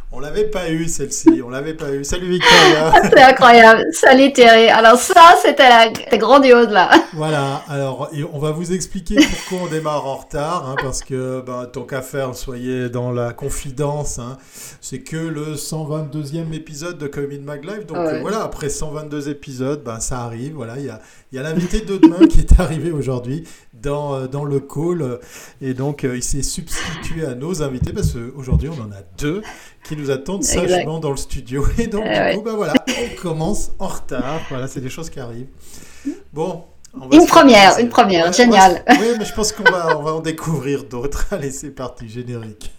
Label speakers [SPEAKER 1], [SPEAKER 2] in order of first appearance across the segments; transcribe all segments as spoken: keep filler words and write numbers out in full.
[SPEAKER 1] On l'avait pas eu celle-ci, on l'avait pas eu. Salut Victoria.
[SPEAKER 2] Ah, c'est incroyable. Salut Thierry. Alors ça, c'était, la... c'était grandiose là.
[SPEAKER 1] Voilà, alors et on va vous expliquer pourquoi on démarre en retard, hein, parce que ben, tant qu'à faire, soyez dans la confidence, hein, c'est que le cent vingt-deuxième épisode de Come in Mag Live, donc ouais. euh, voilà, après cent vingt-deux épisodes, ben, ça arrive, voilà, il y a, y a l'invité de demain qui est arrivé aujourd'hui dans, euh, dans le call, et donc euh, il s'est substitué à nos invités, parce qu'aujourd'hui on en a deux qui nous attendent exact. sagement dans le studio, et donc euh, du ouais. coup, ben voilà, on commence en retard, voilà, c'est des choses qui arrivent. Bon,
[SPEAKER 2] une première, une première, ouais, génial.
[SPEAKER 1] Oui, mais je pense qu'on va, on va en découvrir d'autres. Allez, c'est parti, générique.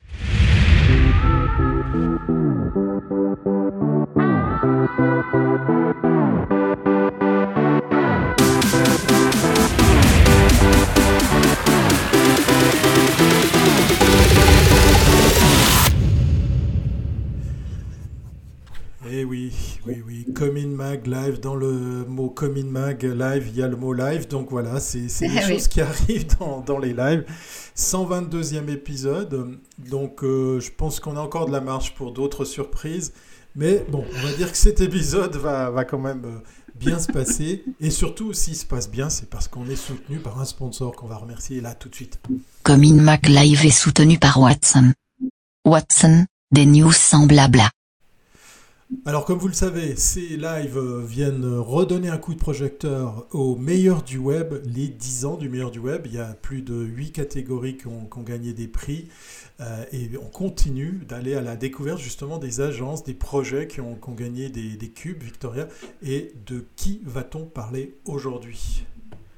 [SPEAKER 1] Eh oui, oui, oui, Come in Mag Live, dans le mot Come in Mag Live, il y a le mot live, donc voilà, c'est, c'est des eh choses oui. qui arrivent dans, dans les lives. cent vingt-deuxième épisode, donc euh, je pense qu'on a encore de la marge pour d'autres surprises, mais bon, on va dire que cet épisode va, va quand même euh, bien se passer, et surtout, s'il se passe bien, c'est parce qu'on est soutenu par un sponsor qu'on va remercier là tout de suite.
[SPEAKER 3] Come in Mag Live est soutenu par Watson. Watson, des news sans blabla.
[SPEAKER 1] Alors comme vous le savez, ces lives viennent redonner un coup de projecteur au meilleur du web, les dix ans du meilleur du web. Il y a plus de huit catégories qui ont, qui ont gagné des prix euh, et on continue d'aller à la découverte justement des agences, des projets qui ont, qui ont gagné des, des cubes, Victoria. Et de qui va-t-on parler aujourd'hui ?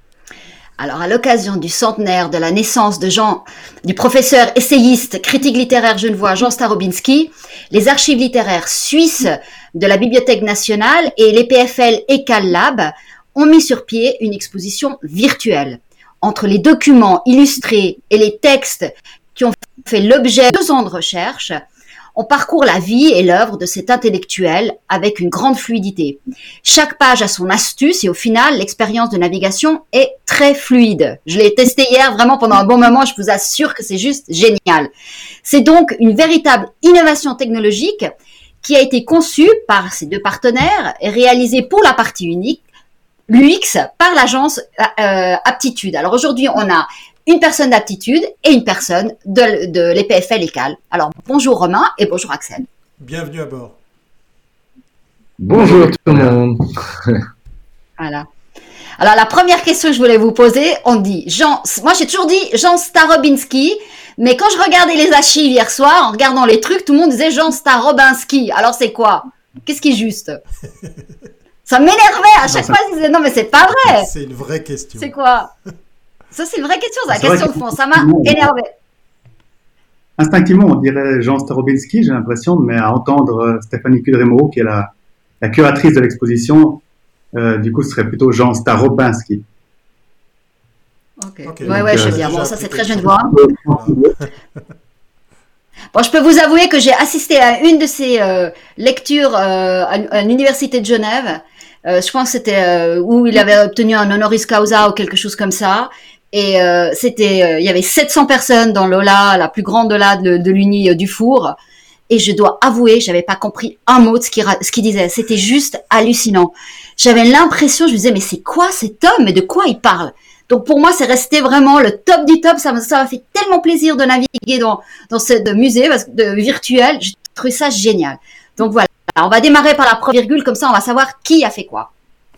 [SPEAKER 2] Alors, à l'occasion du centenaire de la naissance de Jean, du professeur essayiste, critique littéraire genevois Jean Starobinski, les archives littéraires suisses de la Bibliothèque nationale et les P F L ECAL Lab ont mis sur pied une exposition virtuelle. Entre les documents illustrés et les textes qui ont fait l'objet de deux ans de recherche, on parcourt la vie et l'œuvre de cet intellectuel avec une grande fluidité. Chaque page a son astuce et au final, l'expérience de navigation est très fluide. Je l'ai testé hier vraiment pendant un bon moment, je vous assure que c'est juste génial. C'est donc une véritable innovation technologique qui a été conçue par ces deux partenaires et réalisée pour la partie unique, l'U X, par l'agence euh, Aptitude. Alors aujourd'hui, on a une personne d'aptitude et une personne de, de l'E P F L ECAL. Alors, bonjour Romain et bonjour Axel.
[SPEAKER 1] Bienvenue à bord.
[SPEAKER 4] Bonjour tout le monde.
[SPEAKER 2] Voilà. Alors, la première question que je voulais vous poser, on dit Jean, moi j'ai toujours dit Jean Starobinski, mais quand je regardais les archives hier soir, en regardant les trucs, tout le monde disait Jean Starobinski. Alors, c'est quoi ? Qu'est-ce qui est juste ? Ça m'énervait à chaque non, fois, je disais non, mais c'est pas vrai.
[SPEAKER 1] C'est une vraie question.
[SPEAKER 2] C'est quoi ? Ça, c'est une vraie question, c'est la question de fond. Ça m'a énervé.
[SPEAKER 4] Instinctivement, on dirait Jean Starobinski, j'ai l'impression, mais à entendre Stéphanie Kudremo, qui est la, la curatrice de l'exposition, euh, du coup, ce serait plutôt Jean Starobinski.
[SPEAKER 2] Ok, okay. ouais, ouais, euh, je veux dire. Bon, ça, c'est très genevois. Bon, je peux vous avouer que j'ai assisté à une de ces euh, lectures euh, à, à l'Université de Genève. Euh, je pense que c'était euh, où il avait obtenu un honoris causa ou quelque chose comme ça. Et euh, c'était, euh, il y avait sept cents personnes dans l'Aula, la plus grande Aula de, de l'Uni euh, du Four. Et je dois avouer, j'avais pas compris un mot de ce qu'il, ce qu'il disait. C'était juste hallucinant. J'avais l'impression, je me disais, mais c'est quoi cet homme? Mais de quoi il parle? Donc pour moi, c'est resté vraiment le top du top. Ça m'a, ça m'a fait tellement plaisir de naviguer dans, dans ce de musée parce que, de virtuel. J'ai trouvé ça génial. Donc voilà, on va démarrer par la première virgule, comme ça on va savoir qui a fait quoi.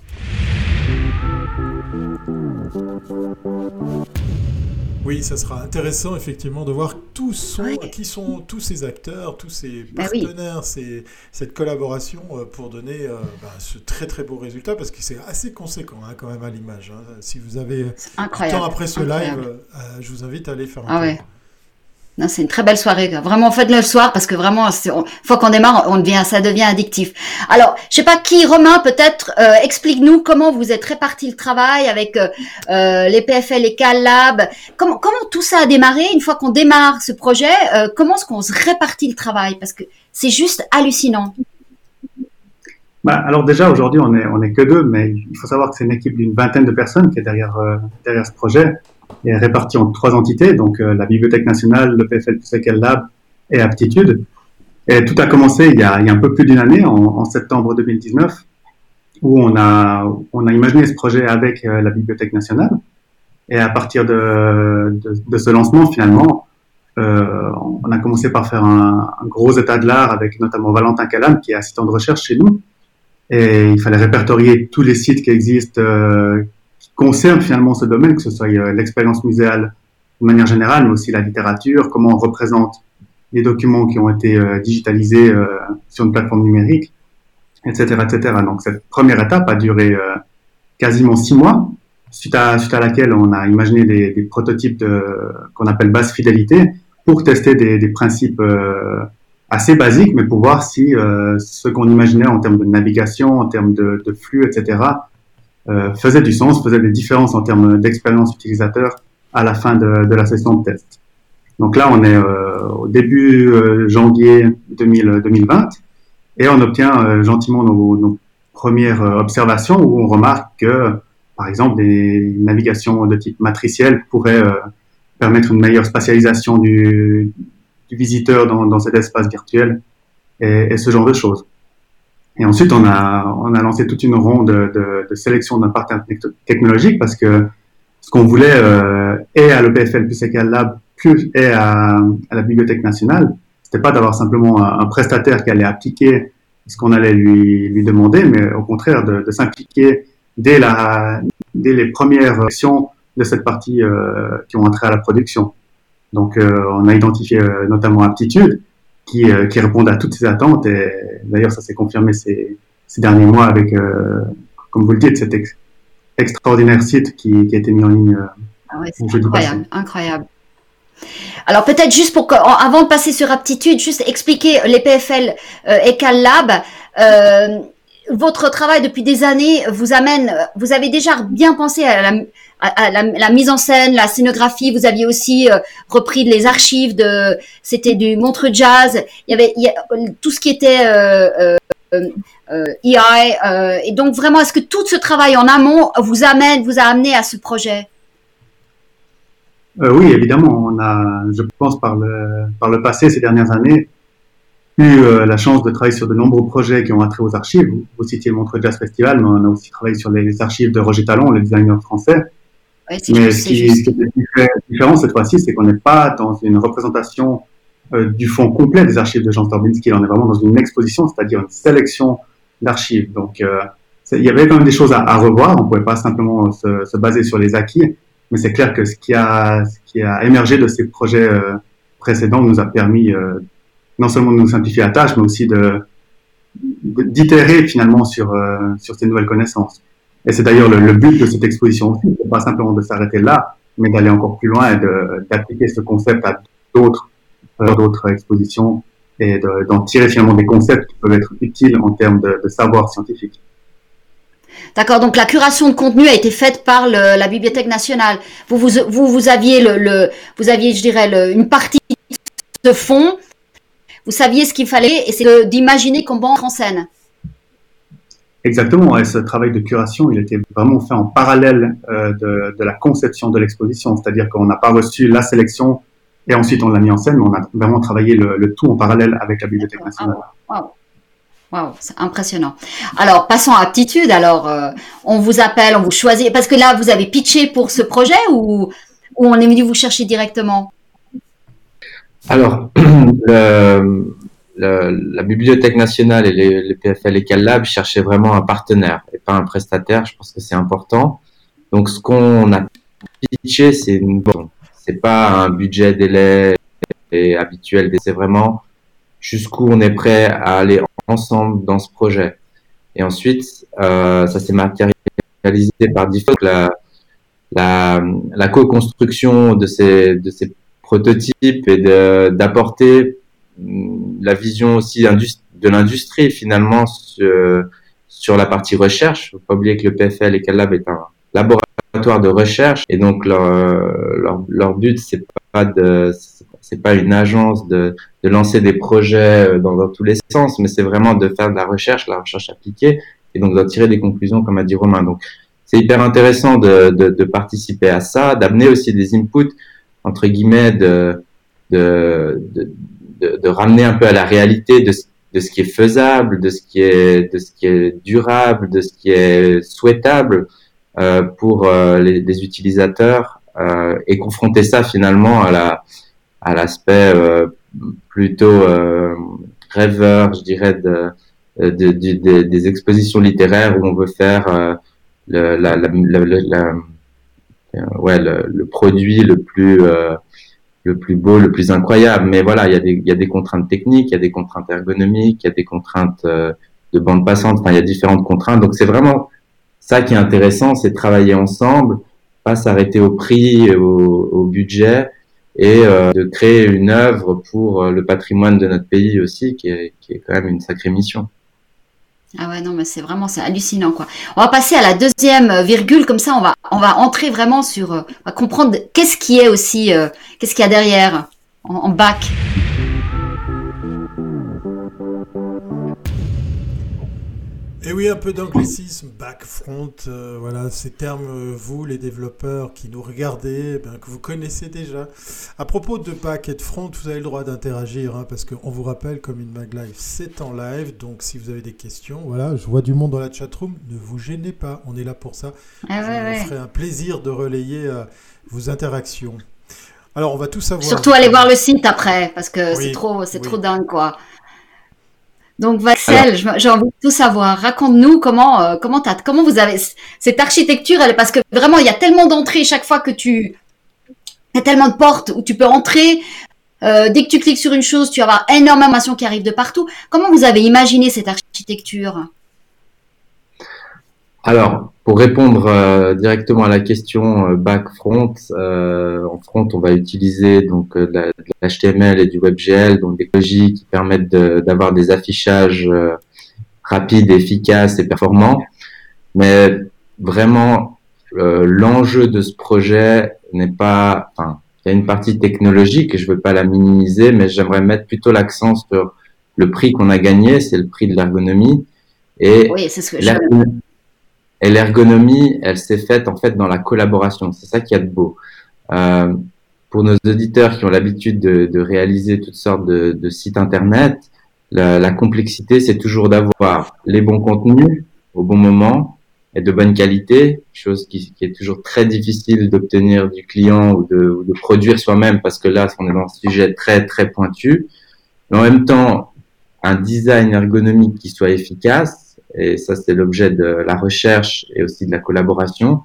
[SPEAKER 1] Oui, ça sera intéressant effectivement de voir tous sont,
[SPEAKER 2] oui.
[SPEAKER 1] qui sont tous ces acteurs, tous ces
[SPEAKER 2] ben
[SPEAKER 1] partenaires,
[SPEAKER 2] oui.
[SPEAKER 1] ces, cette collaboration pour donner euh, bah, ce très très beau résultat parce que c'est assez conséquent hein, quand même à l'image. Hein. Si vous avez du temps après ce incroyable. live, euh, je vous invite à aller faire un
[SPEAKER 2] ah
[SPEAKER 1] tour.
[SPEAKER 2] Ouais. Non, c'est une très belle soirée. Vraiment, faites-le le soir parce que vraiment, c'est, on, fois qu'on démarre, on devient, ça devient addictif. Alors, je sais pas qui, Romain, peut-être, euh, explique-nous comment vous êtes réparti le travail avec euh, les P F L, les ECAL Lab. Comment, comment tout ça a démarré une fois qu'on démarre ce projet euh, Comment est-ce qu'on se répartit le travail? Parce que c'est juste hallucinant.
[SPEAKER 4] Bah, alors déjà, aujourd'hui, on est, on est que deux, mais il faut savoir que c'est une équipe d'une vingtaine de personnes qui est derrière, euh, derrière ce projet. Et est répartie en trois entités, donc euh, la Bibliothèque nationale, le P F L plus ECAL Lab et Aptitude. Et tout a commencé il y a, il y a un peu plus d'une année, en, en septembre deux mille dix-neuf, où on a, on a imaginé ce projet avec euh, la Bibliothèque nationale. Et à partir de, de, de ce lancement, finalement, euh, on a commencé par faire un, un gros état de l'art avec notamment Valentin Calam, qui est assistant de recherche chez nous. Et il fallait répertorier tous les sites qui existent, euh, qui concernent finalement ce domaine, que ce soit euh, l'expérience muséale de manière générale, mais aussi la littérature, comment on représente les documents qui ont été euh, digitalisés euh, sur une plateforme numérique, et cetera, et cetera. Donc cette première étape a duré euh, quasiment six mois, suite à, suite à laquelle on a imaginé des, des prototypes de, qu'on appelle basse fidélité pour tester des, des principes euh, assez basiques, mais pour voir si euh, ce qu'on imaginait en termes de navigation, en termes de, de flux, et cetera, euh, faisait du sens, faisait des différences en termes d'expérience utilisateur à la fin de, de la session de test. Donc là, on est euh, au début euh, janvier deux mille vingt et on obtient euh, gentiment nos, nos premières euh, observations où on remarque que, par exemple, des navigations de type matriciel pourraient euh, permettre une meilleure spatialisation du, du visiteur dans, dans cet espace virtuel et, et ce genre de choses. Et ensuite, on a, on a lancé toute une ronde de, de, de sélection d'un partenaire technologique parce que ce qu'on voulait euh, et à l'E P F L plus Ecal Lab plus et à, à la Bibliothèque nationale, c'était pas d'avoir simplement un, un prestataire qui allait appliquer ce qu'on allait lui, lui demander, mais au contraire de, de s'impliquer dès, la, dès les premières actions de cette partie euh, qui ont entré à la production. Donc, euh, on a identifié euh, notamment Aptitude, qui, euh, qui répondait à toutes ces attentes, et d'ailleurs, ça s'est confirmé ces, ces derniers mois avec, euh, comme vous le dites, cet ex- extraordinaire site qui, qui a été mis en ligne. Euh,
[SPEAKER 2] ah ouais, c'est incroyable, incroyable. Alors peut-être juste pour que, avant de passer sur Aptitude, juste expliquer les P F L euh, Ecal Lab. Euh, votre travail depuis des années vous amène, vous avez déjà bien pensé à la, à, à la, la mise en scène, la scénographie. Vous aviez aussi euh, repris les archives de, c'était du Montreux Jazz. Il y avait il y a, tout ce qui était euh, euh, euh, E I. Euh, et donc vraiment, est-ce que tout ce travail en amont vous amène, vous a amené à ce projet?
[SPEAKER 4] Euh, oui, évidemment. On a, je pense, par le, par le passé, ces dernières années, eu euh, la chance de travailler sur de nombreux projets qui ont attrait aux archives. Vous, vous citiez le Montreux Jazz Festival, mais on a aussi travaillé sur les archives de Roger Talon, le designer français.
[SPEAKER 2] Oui, c'est
[SPEAKER 4] mais
[SPEAKER 2] juste,
[SPEAKER 4] ce qui,
[SPEAKER 2] juste.
[SPEAKER 4] ce qui est différent cette fois-ci, c'est qu'on n'est pas dans une représentation euh, du fond complet des archives de Jean Starbinski. On est vraiment dans une exposition, c'est-à-dire une sélection d'archives. Donc, euh, il y avait quand même des choses à, à revoir. On ne pouvait pas simplement se, se baser sur les acquis. Mais c'est clair que ce qui a, ce qui a émergé de ces projets euh, précédents nous a permis euh, non seulement de nous simplifier la tâche, mais aussi de, de d'itérer finalement sur euh, sur ces nouvelles connaissances. Et c'est d'ailleurs le, le but de cette exposition aussi, c'est pas simplement de s'arrêter là, mais d'aller encore plus loin et de, d'appliquer ce concept à d'autres euh, d'autres expositions et de, d'en tirer finalement des concepts qui peuvent être utiles en termes de, de savoir scientifique.
[SPEAKER 2] D'accord, donc la curation de contenu a été faite par le, la Bibliothèque nationale. Vous, vous, vous, vous aviez, le, le, vous aviez, je dirais, le, une partie de fond. Vous saviez ce qu'il fallait, et c'est de, d'imaginer comment on entre en scène.
[SPEAKER 4] Exactement, et ce travail de curation, il était vraiment fait en parallèle euh, de, de la conception de l'exposition. C'est-à-dire qu'on n'a pas reçu la sélection et ensuite on l'a mis en scène, mais on a vraiment travaillé le, le tout en parallèle avec la Bibliothèque nationale.
[SPEAKER 2] Wow. Wow. Wow, c'est impressionnant. Alors, passons à Aptitude. Alors, euh, on vous appelle, on vous choisit. Parce que là, vous avez pitché pour ce projet ou, ou on est venu vous chercher directement?
[SPEAKER 5] Alors, le, le, la Bibliothèque nationale et les, les P F L Ecal Lab cherchaient vraiment un partenaire et pas un prestataire. Je pense que c'est important. Donc, ce qu'on a pitché, c'est une bon, c'est pas un budget délai et habituel. C'est vraiment jusqu'où on est prêt à aller ensemble dans ce projet. Et ensuite, euh, ça s'est matérialisé par différents la la, la co-construction de ces de ces prototypes et de d'apporter la vision aussi de l'industrie finalement sur, sur la partie recherche. Faut pas oublier que le P F L Ecal Lab est un laboratoire de recherche et donc leur leur, leur but c'est pas de c'est pas une agence de, de lancer des projets dans, dans tous les sens, mais c'est vraiment de faire de la recherche, la recherche appliquée, et donc d'en tirer des conclusions, comme a dit Romain. Donc, c'est hyper intéressant de, de, de participer à ça, d'amener aussi des inputs, entre guillemets, de, de, de, de, de ramener un peu à la réalité de, de ce qui est faisable, de ce qui est, de ce qui est durable, de ce qui est souhaitable euh, pour euh, les, les utilisateurs euh, et confronter ça finalement à la à l'aspect euh, plutôt euh, rêveur, je dirais, de, de, de, de des expositions littéraires où on veut faire euh, le, la, la, la, la, la euh, ouais le, le produit le plus euh, le plus beau, le plus incroyable. Mais voilà, il y a des il y a des contraintes techniques, il y a des contraintes ergonomiques, il y a des contraintes euh, de bande passante. Enfin, il y a différentes contraintes. Donc c'est vraiment ça qui est intéressant, c'est de travailler ensemble, pas s'arrêter au prix, au, au budget, et euh, de créer une œuvre pour euh, le patrimoine de notre pays aussi, qui est, qui est quand même une sacrée mission.
[SPEAKER 2] Ah ouais, non, mais c'est vraiment, c'est hallucinant, quoi. On va passer à la deuxième virgule, comme ça, on va, on va entrer vraiment sur, euh, on va comprendre qu'est-ce qui est aussi, euh, qu'est-ce qu'il y a derrière, en, en bac.
[SPEAKER 1] Et oui, un peu d'anglicisme, back, front, euh, voilà, ces termes, euh, vous, les développeurs qui nous regardez, eh bien, que vous connaissez déjà. À propos de back et de front, vous avez le droit d'interagir, hein, parce qu'on vous rappelle, comme une Mag Live, c'est en live, donc si vous avez des questions, voilà, je vois du monde dans la chatroom, ne vous gênez pas, on est là pour ça.
[SPEAKER 2] Ah ouais,
[SPEAKER 1] je
[SPEAKER 2] ouais.
[SPEAKER 1] me ferai un plaisir de relayer euh, vos interactions. Alors, on va tout savoir.
[SPEAKER 2] Surtout aller voir le site après, parce que
[SPEAKER 1] Oui,
[SPEAKER 2] c'est trop, c'est
[SPEAKER 1] oui.
[SPEAKER 2] trop dingue, quoi. Donc, Vaxel, je- j'ai envie de tout savoir. Raconte-nous comment, euh, comment t'as, comment vous avez cette architecture, elle, parce que vraiment, il y a tellement d'entrées chaque fois que tu, il y a tellement de portes où tu peux entrer. Euh, dès que tu cliques sur une chose, tu vas avoir énormément d'informations qui arrivent de partout. Comment vous avez imaginé cette architecture?
[SPEAKER 5] Alors, pour répondre euh, directement à la question euh, back-front, euh, en front, on va utiliser donc euh, de la- de l'H T M L et du WebGL, donc des technologies qui permettent de- d'avoir des affichages euh, rapides, efficaces et performants. Mais vraiment, euh, l'enjeu de ce projet n'est pas, enfin, il y a une partie technologique et je veux pas la minimiser, mais j'aimerais mettre plutôt l'accent sur le prix qu'on a gagné, c'est le prix de l'ergonomie. Et
[SPEAKER 2] Oui, c'est ce que je.
[SPEAKER 5] l'ergonomie, et l'ergonomie, elle s'est faite en fait dans la collaboration. C'est ça qu'il y a de beau. Euh, pour nos auditeurs qui ont l'habitude de, de réaliser toutes sortes de, de sites internet, la, la complexité, c'est toujours d'avoir les bons contenus au bon moment et de bonne qualité, chose qui, qui est toujours très difficile d'obtenir du client ou de, ou de produire soi-même parce que là, on est dans un sujet très très pointu. Mais en même temps, un design ergonomique qui soit efficace, et ça c'est l'objet de la recherche et aussi de la collaboration,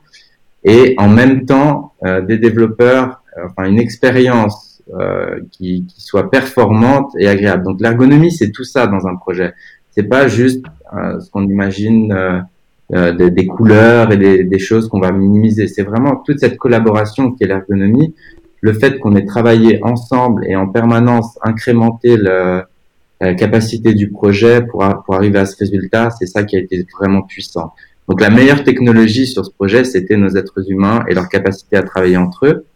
[SPEAKER 5] et en même temps euh, des développeurs, euh, enfin une expérience euh, qui, qui soit performante et agréable. Donc l'ergonomie, c'est tout ça dans un projet. C'est pas juste euh, ce qu'on imagine euh, euh, des, des couleurs et des, des choses qu'on va minimiser. C'est vraiment toute cette collaboration qui est l'ergonomie, le fait qu'on ait travaillé ensemble et en permanence incrémenté le la capacité du projet pour, pour arriver à ce résultat, c'est ça qui a été vraiment puissant. Donc la meilleure technologie sur ce projet, c'était nos êtres humains et leur capacité à travailler entre eux.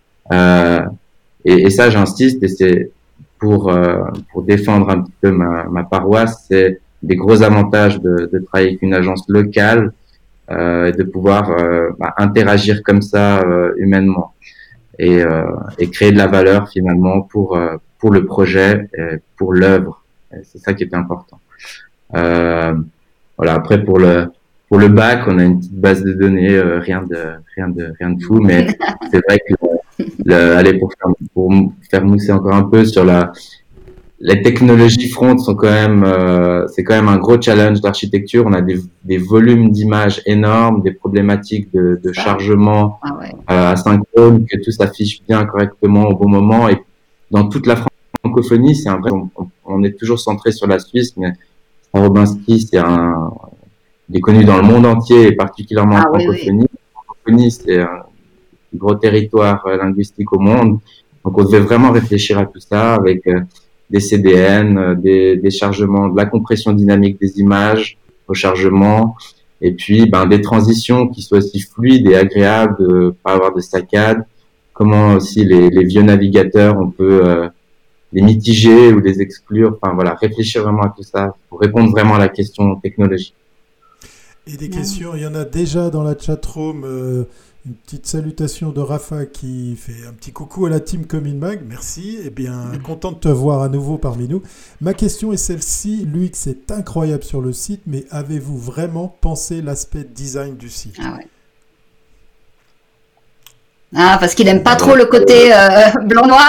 [SPEAKER 5] Euh, et, et ça, j'insiste, et c'est pour, euh, pour défendre un petit peu ma, ma paroisse, c'est des gros avantages de, de travailler avec une agence locale euh, et de pouvoir euh, bah, interagir comme ça euh, humainement et, euh, et créer de la valeur finalement pour euh, pour le projet, et pour l'œuvre. Et c'est ça qui était important. Euh, voilà. Après pour le pour le bac, on a une petite base de données, euh, rien de rien de rien de fou, mais c'est vrai que le, le, allez pour faire pour faire mousser encore un peu sur la les technologies front sont quand même euh, c'est quand même un gros challenge d'architecture. On a des des volumes d'images énormes, des problématiques de, de chargement
[SPEAKER 2] Ah ouais.
[SPEAKER 5] euh, asynchrone, que tout s'affiche bien correctement au bon moment. Et dans toute la francophonie, c'est un vrai. On, on est toujours centré sur la Suisse, mais Starobinsky, c'est un. Il est connu dans le monde entier et particulièrement
[SPEAKER 2] Ah
[SPEAKER 5] en
[SPEAKER 2] oui,
[SPEAKER 5] francophonie. La francophonie, c'est un gros territoire euh, linguistique au monde. Donc, on devait vraiment réfléchir à tout ça avec euh, des C D N, euh, des, des chargements, de la compression dynamique des images au chargement, et puis ben, des transitions qui soient aussi fluides et agréables, de pas avoir de saccades. Comment aussi les, les vieux navigateurs, on peut euh, les mitiger ou les exclure. Enfin voilà, réfléchir vraiment à tout ça pour répondre vraiment à la question technologique.
[SPEAKER 1] Et des questions, il y en a déjà dans la chatroom. Euh, Une petite salutation de Rafa qui fait un petit coucou à la team Comin Mag. Merci. Eh bien, content de te voir à nouveau parmi nous. Ma question est celle-ci. L'U X est incroyable sur le site, mais avez-vous vraiment pensé l'aspect design du site ?
[SPEAKER 2] Ah ouais. Ah, parce qu'il aime pas trop le côté euh, blanc-noir.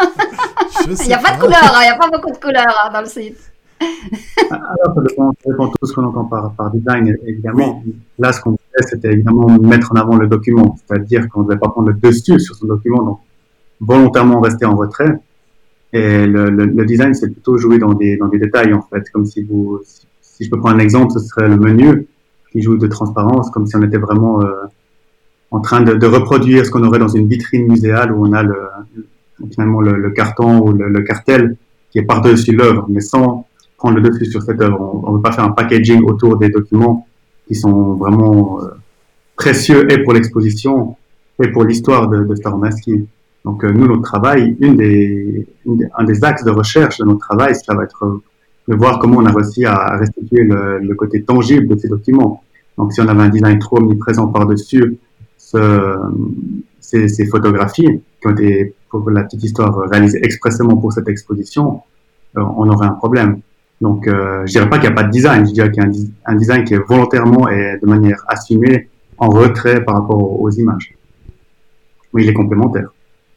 [SPEAKER 2] Il n'y a pas, pas de couleur, il n'y a pas beaucoup de couleurs hein, dans le site.
[SPEAKER 4] Alors, ça dépend, ça dépend de tout ce qu'on entend par, par design, évidemment. Oui. Là, ce qu'on fait, c'était évidemment mettre en avant le document, c'est-à-dire qu'on ne devait pas prendre le dessus sur son document, donc volontairement rester en retrait. Et le, le, le design, c'est plutôt jouer dans des, dans des détails, en fait. Comme si vous, si, si je peux prendre un exemple, ce serait le menu qui joue de transparence, comme si on était vraiment euh, en train de, de reproduire ce qu'on aurait dans une vitrine muséale où on a le, finalement le, le carton ou le, le cartel qui est par-dessus l'œuvre, mais sans prendre le dessus sur cette œuvre. On ne veut pas faire un packaging autour des documents qui sont vraiment euh, précieux et pour l'exposition et pour l'histoire de, de Starobinsky. Donc euh, nous, notre travail, une des, une des, un des axes de recherche de notre travail, ça va être de voir comment on a réussi à restituer le, le côté tangible de ces documents. Donc si on avait un design trop omniprésent par-dessus ce, ces, ces photographies qui ont été, pour la petite histoire, réalisées expressément pour cette exposition, euh, on aurait un problème. Donc, euh, je dirais pas qu'il n'y a pas de design, je dirais qu'il y a un, un design qui est volontairement et de manière assumée en retrait par rapport aux, aux images. Mais il est complémentaire.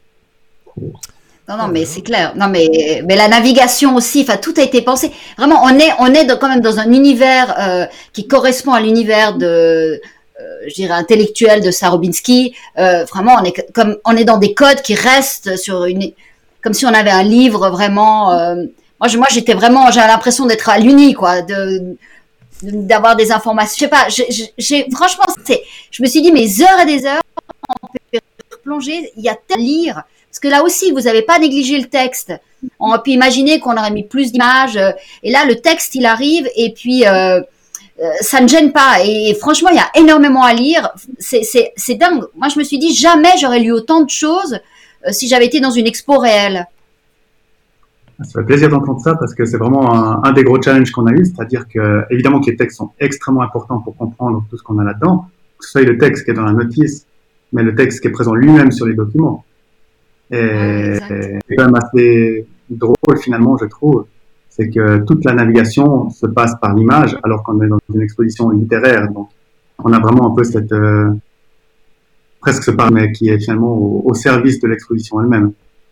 [SPEAKER 2] Non, non, mais c'est clair. Non, mais, mais la navigation aussi, enfin, tout a été pensé. Vraiment, on est, on est dans, quand même dans un univers euh, qui correspond à l'univers de, euh, je dirais, intellectuel de Starobinsky. Euh, vraiment, on est comme, on est dans des codes qui restent sur une, comme si on avait un livre vraiment. Euh, Moi, je, moi, j'étais vraiment, j'avais l'impression d'être à l'uni, quoi, de, d'avoir des informations. Je sais pas, j'ai, j'ai, franchement, c'est, je me suis dit, mais heures et des heures, on peut plonger, il y a tellement à lire. Parce que là aussi, vous n'avez pas négligé le texte. On a pu imaginer qu'on aurait mis plus d'images. Et là, le texte, il arrive, et puis, euh, ça ne gêne pas. Et, et franchement, il y a énormément à lire. C'est, c'est, c'est dingue. Moi, je me suis dit, jamais j'aurais lu autant de choses euh, si j'avais été dans une expo réelle.
[SPEAKER 4] Ça fait plaisir d'entendre ça parce que c'est vraiment un, un des gros challenges qu'on a eu, c'est-à-dire que évidemment que les textes sont extrêmement importants pour comprendre tout ce qu'on a là-dedans, que ce soit le texte qui est dans la notice, mais le texte qui est présent lui-même sur les documents. Et ouais, c'est quand même assez drôle finalement, je trouve, c'est que toute la navigation se passe par l'image alors qu'on est dans une exposition littéraire, donc on a vraiment un peu cette euh, presque ce part, mais qui est finalement au, au service de l'exposition elle-même.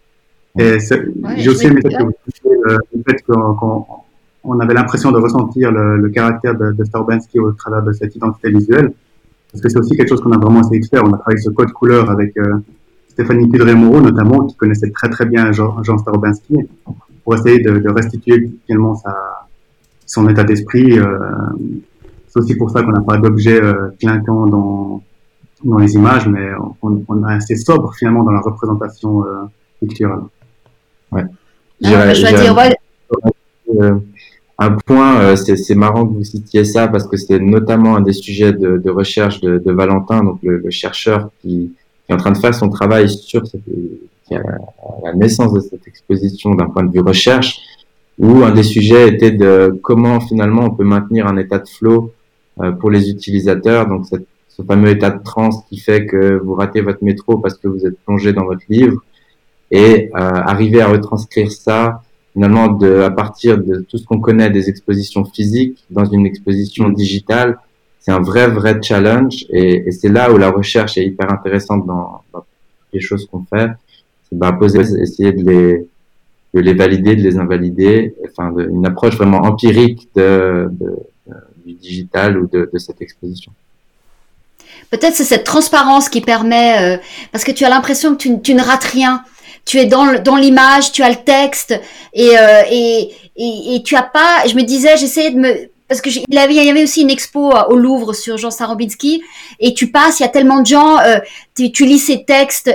[SPEAKER 4] Et ouais, j'ai aussi aimé le, le fait qu'on, qu'on on avait l'impression de ressentir le, le caractère de, de Starobinsky au travers de cette identité visuelle, parce que c'est aussi quelque chose qu'on a vraiment essayé de faire. On a travaillé ce code couleur avec euh, Stéphanie Pudré-Moreau notamment, qui connaissait très très bien Jean, Jean Starobinsky, pour essayer de, de restituer finalement sa, son état d'esprit. Euh, c'est aussi pour ça qu'on n'a pas d'objet euh, clinquant dans, dans les images, mais on, on est assez sobre finalement dans la représentation euh, picturale.
[SPEAKER 5] Ouais.
[SPEAKER 2] Ah, je vais dire, ouais.
[SPEAKER 5] euh, un point, euh, c'est, c'est marrant que vous citiez ça parce que c'est notamment un des sujets de, de recherche de, de Valentin, donc le, le chercheur qui, qui est en train de faire son travail sur cette, qui a la, la naissance de cette exposition d'un point de vue recherche, où un des sujets était de comment finalement on peut maintenir un état de flow euh, pour les utilisateurs, donc cette, ce fameux état de transe qui fait que vous ratez votre métro parce que vous êtes plongé dans votre livre. Et euh, arriver à retranscrire ça finalement de, à partir de tout ce qu'on connaît des expositions physiques dans une exposition digitale, c'est un vrai vrai challenge et, et c'est là où la recherche est hyper intéressante dans, dans les choses qu'on fait. C'est bah, poser, essayer de les de les valider, de les invalider, enfin de, une approche vraiment empirique de, de, de du digital ou de, de cette exposition.
[SPEAKER 2] Peut-être c'est cette transparence qui permet, euh, parce que tu as l'impression que tu, tu ne rates rien. Tu es dans, dans l'image, tu as le texte et, euh, et, et, et tu as pas, je me disais, j'essayais de me, parce que il avait, il y avait aussi une expo au Louvre sur Jean Starobinsky et tu passes, il y a tellement de gens, euh, tu, tu lis ces textes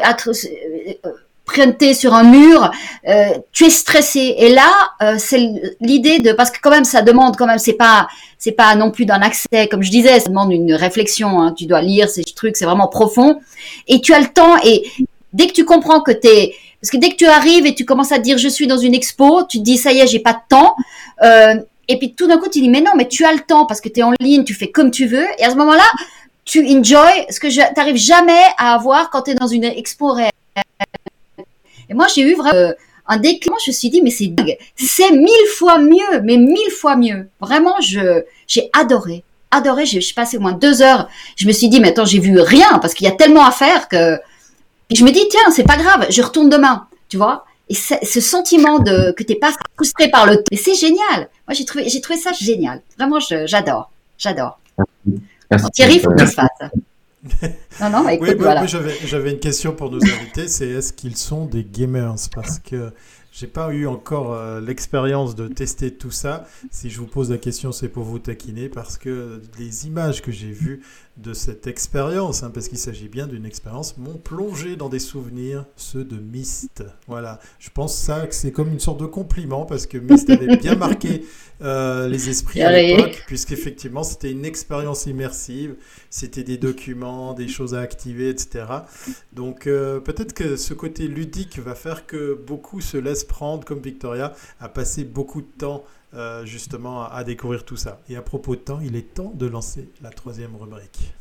[SPEAKER 2] euh, printés sur un mur, euh, tu es stressé et là, euh, c'est l'idée de, parce que quand même ça demande quand même, c'est pas, c'est pas non plus d'un accès, comme je disais, ça demande une réflexion, hein, tu dois lire ces trucs, c'est vraiment profond et tu as le temps et dès que tu comprends que t'es, parce que dès que tu arrives et tu commences à dire je suis dans une expo, tu te dis ça y est, j'ai pas de temps. Euh, et puis tout d'un coup tu dis mais non, mais tu as le temps parce que tu es en ligne, tu fais comme tu veux. Et à ce moment-là, tu enjoy ce que tu n'arrives jamais à avoir quand tu es dans une expo réelle. Et moi, j'ai eu vraiment euh, un déclic. Je me suis dit, mais c'est dingue. C'est mille fois mieux, mais mille fois mieux. Vraiment, je, j'ai adoré. Adoré. J'ai, j'ai passé au moins deux heures. Je me suis dit, mais attends, j'ai vu rien parce qu'il y a tellement à faire que. Et je me dis, tiens, c'est pas grave, je retourne demain. Tu vois? Et ce sentiment de que t'es pas frustré par le temps, et c'est génial. Moi, j'ai trouvé, j'ai trouvé ça génial. Vraiment, je, j'adore, j'adore.
[SPEAKER 5] Merci.
[SPEAKER 2] Alors, Thierry, il faut que tu le fasses. Non, non, écoute,
[SPEAKER 1] oui, bah,
[SPEAKER 2] voilà.
[SPEAKER 1] moi, j'avais, j'avais une question pour nos invités, c'est est-ce qu'ils sont des gamers? Parce que j'ai pas eu encore euh, l'expérience de tester tout ça. Si je vous pose la question, c'est pour vous taquiner, parce que les images que j'ai vues de cette expérience, hein, parce qu'il s'agit bien d'une expérience, m'ont plongé dans des souvenirs, ceux de Myst. Voilà, je pense ça que c'est comme une sorte de compliment, parce que Myst avait bien marqué euh, les esprits à l'époque, puisqu'effectivement c'était une expérience immersive, c'était des documents, des choses à activer, et cetera. Donc euh, peut-être que ce côté ludique va faire que beaucoup se laissent prendre, comme Victoria, à passer beaucoup de temps Euh, justement à, à découvrir tout ça. Et à propos de temps, il est temps de lancer la troisième rubrique.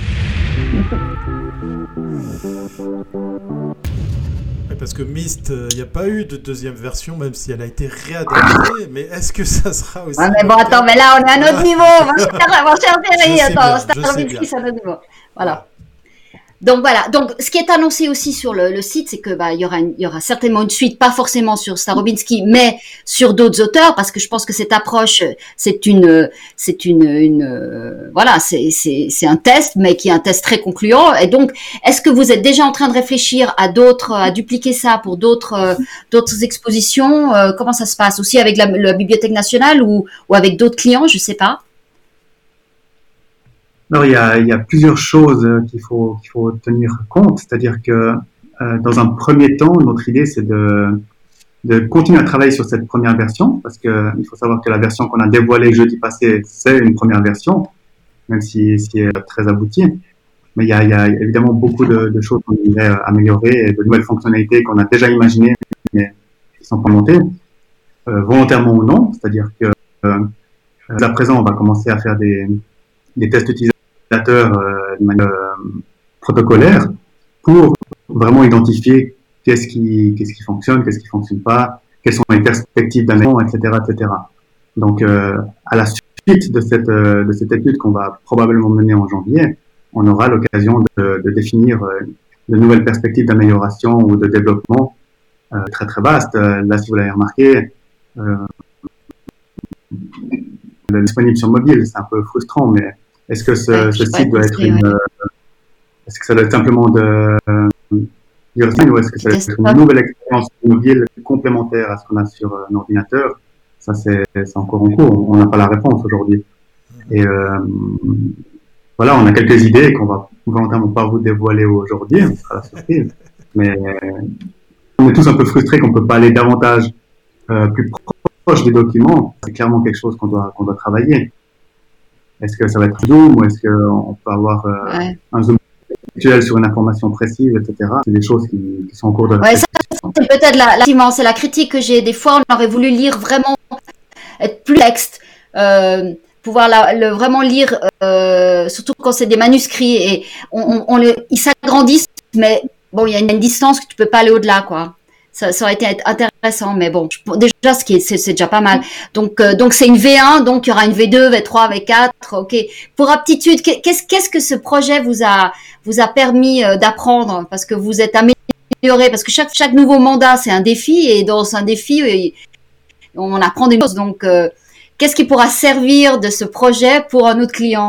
[SPEAKER 1] Ouais, parce que Myst, il euh, n'y a pas eu de deuxième version, même si elle a été réadaptée, mais est-ce que ça sera aussi...
[SPEAKER 2] Ah, mais bon, attends, mais là, on est à un autre niveau, mon cher, mon cher Thierry, attends, Star Wars, c'est à un autre niveau. Voilà. Donc voilà, donc ce qui est annoncé aussi sur le, le site, c'est que bah il y aura une, il y aura certainement une suite, pas forcément sur Starobinski, mais sur d'autres auteurs, parce que je pense que cette approche, c'est une, c'est une, une, euh, voilà, c'est c'est c'est un test, mais qui est un test très concluant. Et donc, est-ce que vous êtes déjà en train de réfléchir à d'autres, à dupliquer ça pour d'autres, euh, d'autres expositions? euh, Comment ça se passe aussi avec la, la Bibliothèque nationale ou ou avec d'autres clients? Je sais pas.
[SPEAKER 4] Alors, il y a, il y a plusieurs choses qu'il faut, qu'il faut tenir compte. C'est-à-dire que, euh, dans un premier temps, notre idée, c'est de, de continuer à travailler sur cette première version, parce que il faut savoir que la version qu'on a dévoilée jeudi passé, c'est une première version, même si, si elle est très aboutie. Mais il y a, il y a évidemment beaucoup de, de choses qu'on aimerait améliorer, et de nouvelles fonctionnalités qu'on a déjà imaginées, mais qui sont pas montées, euh, volontairement ou non. C'est-à-dire que, euh, à présent, on va commencer à faire des, des tests utilisateurs Euh, de manière euh, protocolaire pour vraiment identifier qu'est-ce qui, qu'est-ce qui fonctionne, qu'est-ce qui fonctionne pas, quelles sont les perspectives d'amélioration, et cetera, et cetera. Donc, euh, à la suite de cette, euh, de cette étude qu'on va probablement mener en janvier, on aura l'occasion de, de définir euh, de nouvelles perspectives d'amélioration ou de développement euh, très très vastes. Euh, là, si vous l'avez remarqué, euh, disponible sur mobile, c'est un peu frustrant, mais est-ce que ce, ouais, ce site doit être une, ouais. euh, est-ce que ça doit être simplement de euh, du racine, ou est-ce que ça doit être une nouvelle expérience mobile complémentaire à ce qu'on a sur euh, un ordinateur? Ça, c'est, c'est encore en cours. On n'a pas la réponse aujourd'hui. Et euh, voilà, on a quelques idées qu'on va volontairement pas vous dévoiler aujourd'hui. Ce sera la surprise. Mais euh, on est tous un peu frustrés qu'on peut pas aller davantage euh, plus proche des documents. C'est clairement quelque chose qu'on doit qu'on doit travailler. Est-ce que ça va être Zoom, ou est-ce qu'on peut avoir euh, ouais. un Zoom actuel sur une information précise, et cetera. C'est des choses qui, qui sont en cours de réflexion.
[SPEAKER 2] Ouais, ça, c'est peut-être la, la, c'est la critique que j'ai. Des fois, on aurait voulu lire vraiment, être plus texte, euh, pouvoir la, le, vraiment lire, euh, surtout quand c'est des manuscrits, et on, on, on les, ils s'agrandissent, mais bon, il y a une, une distance que tu peux pas aller au-delà, quoi. Ça, ça aurait été intéressant, mais bon, je, déjà, ce qui est, c'est, c'est déjà pas mal. Donc, euh, donc c'est une V un, donc il y aura une V deux, V trois, V quatre, ok. Pour aptitude, qu'est-ce, qu'est-ce que ce projet vous a, vous a permis euh, d'apprendre? Parce que vous êtes amélioré, parce que chaque, chaque nouveau mandat, c'est un défi, et dans un défi, on apprend des choses. Donc, euh, qu'est-ce qui pourra servir de ce projet pour un autre client?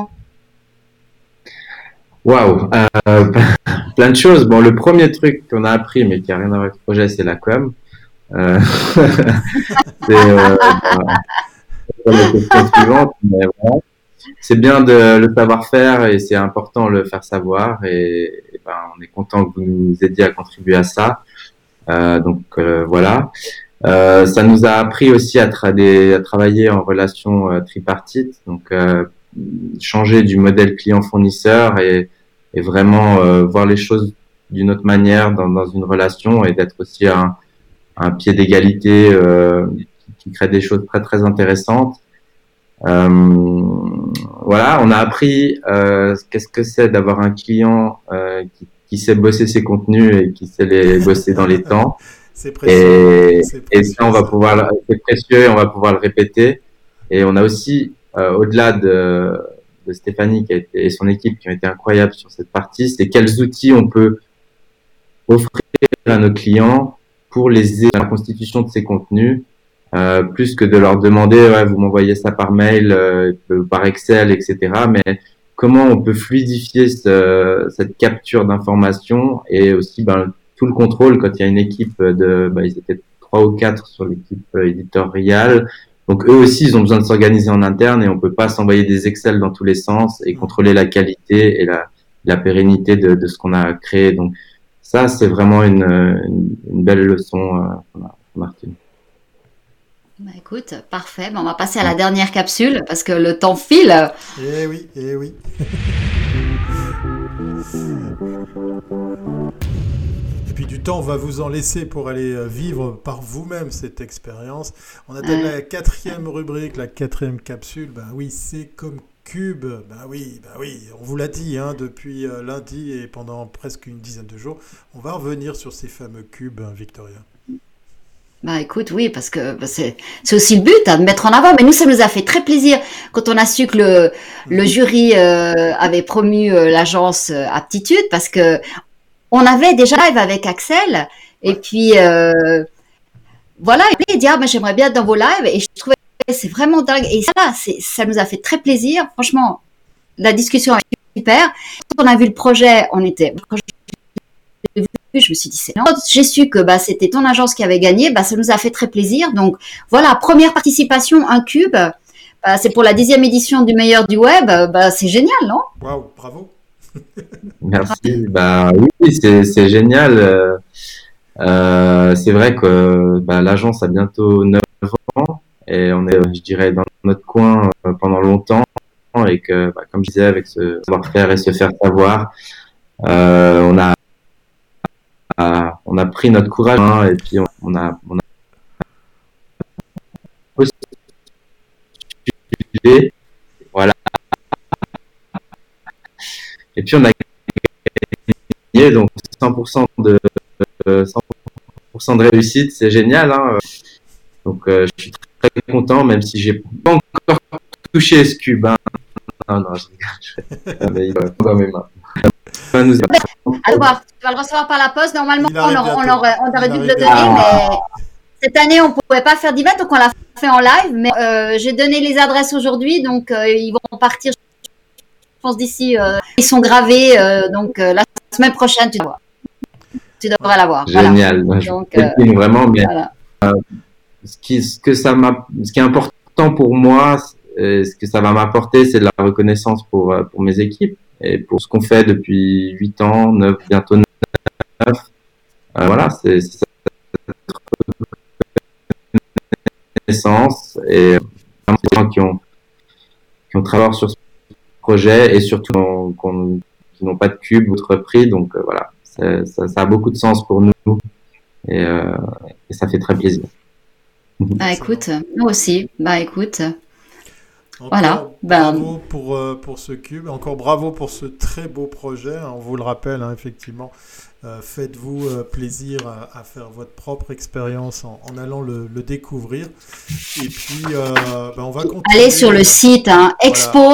[SPEAKER 5] Waouh, euh, plein de choses. Bon, le premier truc qu'on a appris, mais qui a rien à voir avec le projet, c'est la com. Euh, c'est euh, bah, la question suivante, mais voilà. C'est bien de le savoir-faire, et c'est important de le faire savoir. Et, et ben, on est content que vous nous aidiez à contribuer à ça. Euh, donc euh, voilà. Euh, ça nous a appris aussi à, tra- des, à travailler en relation euh, tripartite. Donc euh, changer du modèle client-fournisseur et et vraiment euh, voir les choses d'une autre manière dans, dans une relation, et d'être aussi à un, à un pied d'égalité euh, qui, qui crée des choses très très intéressantes. Euh, voilà, on a appris euh, qu'est-ce que c'est d'avoir un client euh, qui, qui sait bosser ses contenus et qui sait les bosser dans les temps.
[SPEAKER 1] C'est précieux.
[SPEAKER 5] Et,
[SPEAKER 1] C'est
[SPEAKER 5] et
[SPEAKER 1] précieux,
[SPEAKER 5] ça, on va
[SPEAKER 1] ça.
[SPEAKER 5] pouvoir, le- c'est précieux et on va pouvoir le répéter. Et on a aussi, euh, au-delà de, de Stéphanie qui a été, et son équipe qui ont été incroyables sur cette partie, c'est quels outils on peut offrir à nos clients pour les aider dans la constitution de ces contenus, euh, plus que de leur demander, ouais, vous m'envoyez ça par mail, euh, par Excel, et cetera. Mais comment on peut fluidifier ce, cette capture d'informations et aussi ben, tout le contrôle quand il y a une équipe de, ben, ils étaient trois ou quatre sur l'équipe euh, éditoriale. Donc eux aussi, ils ont besoin de s'organiser en interne et on peut pas s'envoyer des Excel dans tous les sens et contrôler la qualité et la, la pérennité de, de ce qu'on a créé. Donc ça, c'est vraiment une, une, une belle leçon euh, qu'on a, qu'on a retenue.
[SPEAKER 2] Bah, écoute, parfait. Bah, on va passer à la dernière capsule parce que le temps file.
[SPEAKER 1] Eh oui, eh oui. Et puis du temps, on va vous en laisser pour aller euh, vivre par vous-même cette expérience. On attaque
[SPEAKER 2] Ouais.
[SPEAKER 1] la quatrième rubrique, la quatrième capsule. Ben oui, c'est comme Cube. Ben oui, ben oui, on vous l'a dit hein, depuis euh, lundi et pendant presque une dizaine de jours. On va revenir sur ces fameux cubes, hein, Victoria.
[SPEAKER 2] Bah écoute, oui, parce que bah, c'est c'est aussi le but, hein, de mettre en avant. Mais nous, ça nous a fait très plaisir quand on a su que le, le jury euh, avait promu euh, l'agence euh, Aptitude, parce que on avait déjà live avec Axel, et puis euh, voilà, et il dit ah ben j'aimerais bien être dans vos lives, et je trouvais que c'est vraiment dingue. Et ça, c'est ça nous a fait très plaisir. Franchement, la discussion est super. Quand on a vu le projet, on était quand j'ai vu, je me suis dit c'est non. J'ai su que bah c'était ton agence qui avait gagné, bah ça nous a fait très plaisir. Donc voilà, première participation, un cube. Bah, c'est pour la dixième édition du meilleur du web. Bah c'est génial, non?
[SPEAKER 1] Waouh, bravo.
[SPEAKER 5] Merci. Bah oui, c'est c'est génial. Euh, euh, c'est vrai que bah, l'agence a bientôt neuf ans et on est, je dirais, dans notre coin euh, pendant longtemps et que, bah, comme je disais, avec ce savoir-faire et se faire savoir, euh, on a a- on a pris notre courage hein, et puis on, on a on a postulé, voilà. Et puis on a gagné donc cent pour cent de euh, cent pour cent de réussite, c'est génial. Hein. Donc euh, je suis très content, même si j'ai pas encore touché ce cube. Hein. Non, non, je rigole. Mais il va dans mes mains. Ça nous a-
[SPEAKER 2] Alors, tu vas le recevoir par la poste. Normalement,
[SPEAKER 1] Il
[SPEAKER 2] on,
[SPEAKER 1] arrive
[SPEAKER 2] aurait- on
[SPEAKER 1] bientôt.
[SPEAKER 2] aurait, on aurait
[SPEAKER 1] Il
[SPEAKER 2] dû
[SPEAKER 1] arrive
[SPEAKER 2] le donner,
[SPEAKER 1] bientôt.
[SPEAKER 2] mais cette année, on pouvait pas faire d'event, donc on l'a fait en live. Mais euh, j'ai donné les adresses aujourd'hui, donc euh, ils vont partir, je pense, d'ici. Euh, ils sont gravés, euh, donc euh, la semaine prochaine, tu devras, tu devrais l'avoir. Voilà.
[SPEAKER 5] Génial. Je
[SPEAKER 2] Donc,
[SPEAKER 5] vous
[SPEAKER 2] euh,
[SPEAKER 5] le dis vraiment, mais
[SPEAKER 2] voilà.
[SPEAKER 5] ce qui, ce que ça m'a, ce qui est important pour moi, euh, ce que ça va m'apporter, c'est de la reconnaissance pour euh, pour mes équipes et pour ce qu'on fait depuis huit ans, neuf, bientôt neuf. Euh, voilà, c'est c'est cette reconnaissance et vraiment des gens qui ont qui ont travaillé sur ce projet et surtout qu'on- qu'on- qui n'ont pas de cube ou autre prix. Donc euh, voilà, c'est- ça, ça a beaucoup de sens pour nous et, euh, et ça fait très plaisir.
[SPEAKER 2] Bah écoute, nous aussi. Bah écoute.
[SPEAKER 1] Encore
[SPEAKER 2] Voilà, ben-
[SPEAKER 1] bravo pour, euh, pour ce cube, encore bravo pour ce très beau projet, hein, on vous le rappelle, hein, effectivement, euh, faites-vous euh, plaisir à, à faire votre propre expérience en, en allant le, le découvrir. Et puis, euh, ben, on va continuer.
[SPEAKER 2] Allez sur le site, hein,
[SPEAKER 1] Voilà.
[SPEAKER 2] expo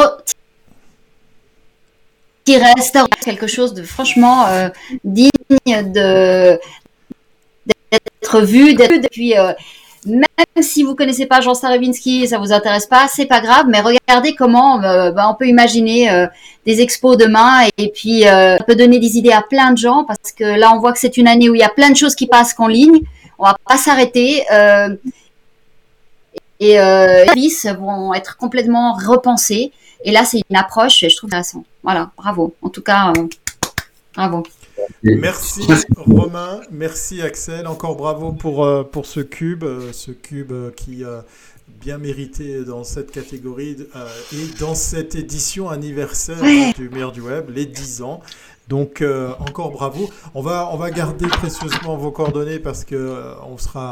[SPEAKER 2] restaurant, quelque chose de franchement euh, digne de d'être vu, d'être vu. Puis euh, même si vous connaissez pas Jean Starobinski, ça vous intéresse pas, c'est pas grave, mais regardez comment euh, ben, on peut imaginer euh, des expos demain et puis euh, ça peut donner des idées à plein de gens parce que là on voit que c'est une année où il y a plein de choses qui passent qu'en ligne. On va pas s'arrêter euh, et euh, les services vont être complètement repensés. Et là, c'est une approche, je trouve intéressant. Voilà, bravo. En tout cas, euh, bravo.
[SPEAKER 1] Merci Romain, merci Axel, encore bravo pour, euh, pour ce cube, euh, ce cube euh, qui a bien mérité dans cette catégorie euh, et dans cette édition anniversaire
[SPEAKER 2] Ouais.
[SPEAKER 1] du meilleur du web, les dix ans. Donc euh, encore bravo. On va, on va garder précieusement vos coordonnées parce que euh, on sera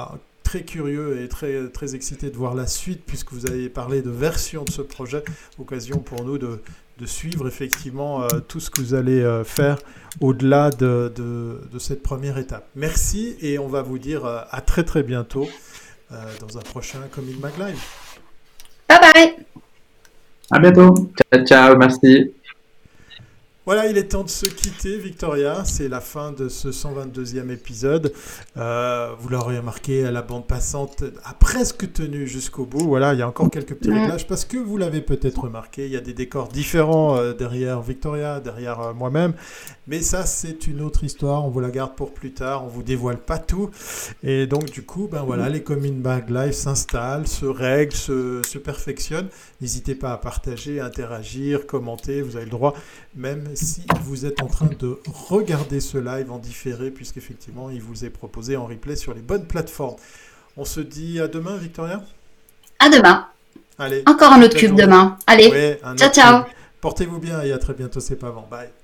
[SPEAKER 1] très curieux et très, très excité de voir la suite, puisque vous avez parlé de version de ce projet. Occasion pour nous de, de suivre effectivement euh, tout ce que vous allez euh, faire au-delà de, de, de cette première étape. Merci, et on va vous dire euh, à très très bientôt euh, dans un prochain Commit Mag Live.
[SPEAKER 2] Bye bye.
[SPEAKER 4] À bientôt.
[SPEAKER 5] Ciao, ciao, merci.
[SPEAKER 1] Voilà, il est temps de se quitter, Victoria. C'est la fin de ce cent vingt-deuxième épisode. Euh, vous l'aurez remarqué, la bande passante a presque tenu jusqu'au bout. Voilà, il y a encore quelques petits réglages parce que vous l'avez peut-être remarqué, il y a des décors différents euh, derrière Victoria, derrière euh, moi-même. Mais ça, c'est une autre histoire. On vous la garde pour plus tard. On vous dévoile pas tout. Et donc, du coup, ben voilà, les Commit Mag Live s'installent, se règlent, se, se perfectionnent. N'hésitez pas à partager, à interagir, commenter. Vous avez le droit, même si vous êtes en train de regarder ce live en différé, puisqu'effectivement, il vous est proposé en replay sur les bonnes plateformes. On se dit à demain, Victoria ?
[SPEAKER 2] À demain.
[SPEAKER 1] Allez.
[SPEAKER 2] Encore un autre cube demain. Allez,
[SPEAKER 1] Ouais, un
[SPEAKER 2] ciao,
[SPEAKER 1] autre
[SPEAKER 2] ciao.
[SPEAKER 1] cube. Portez-vous bien et à très bientôt, c'est pas avant. Bye.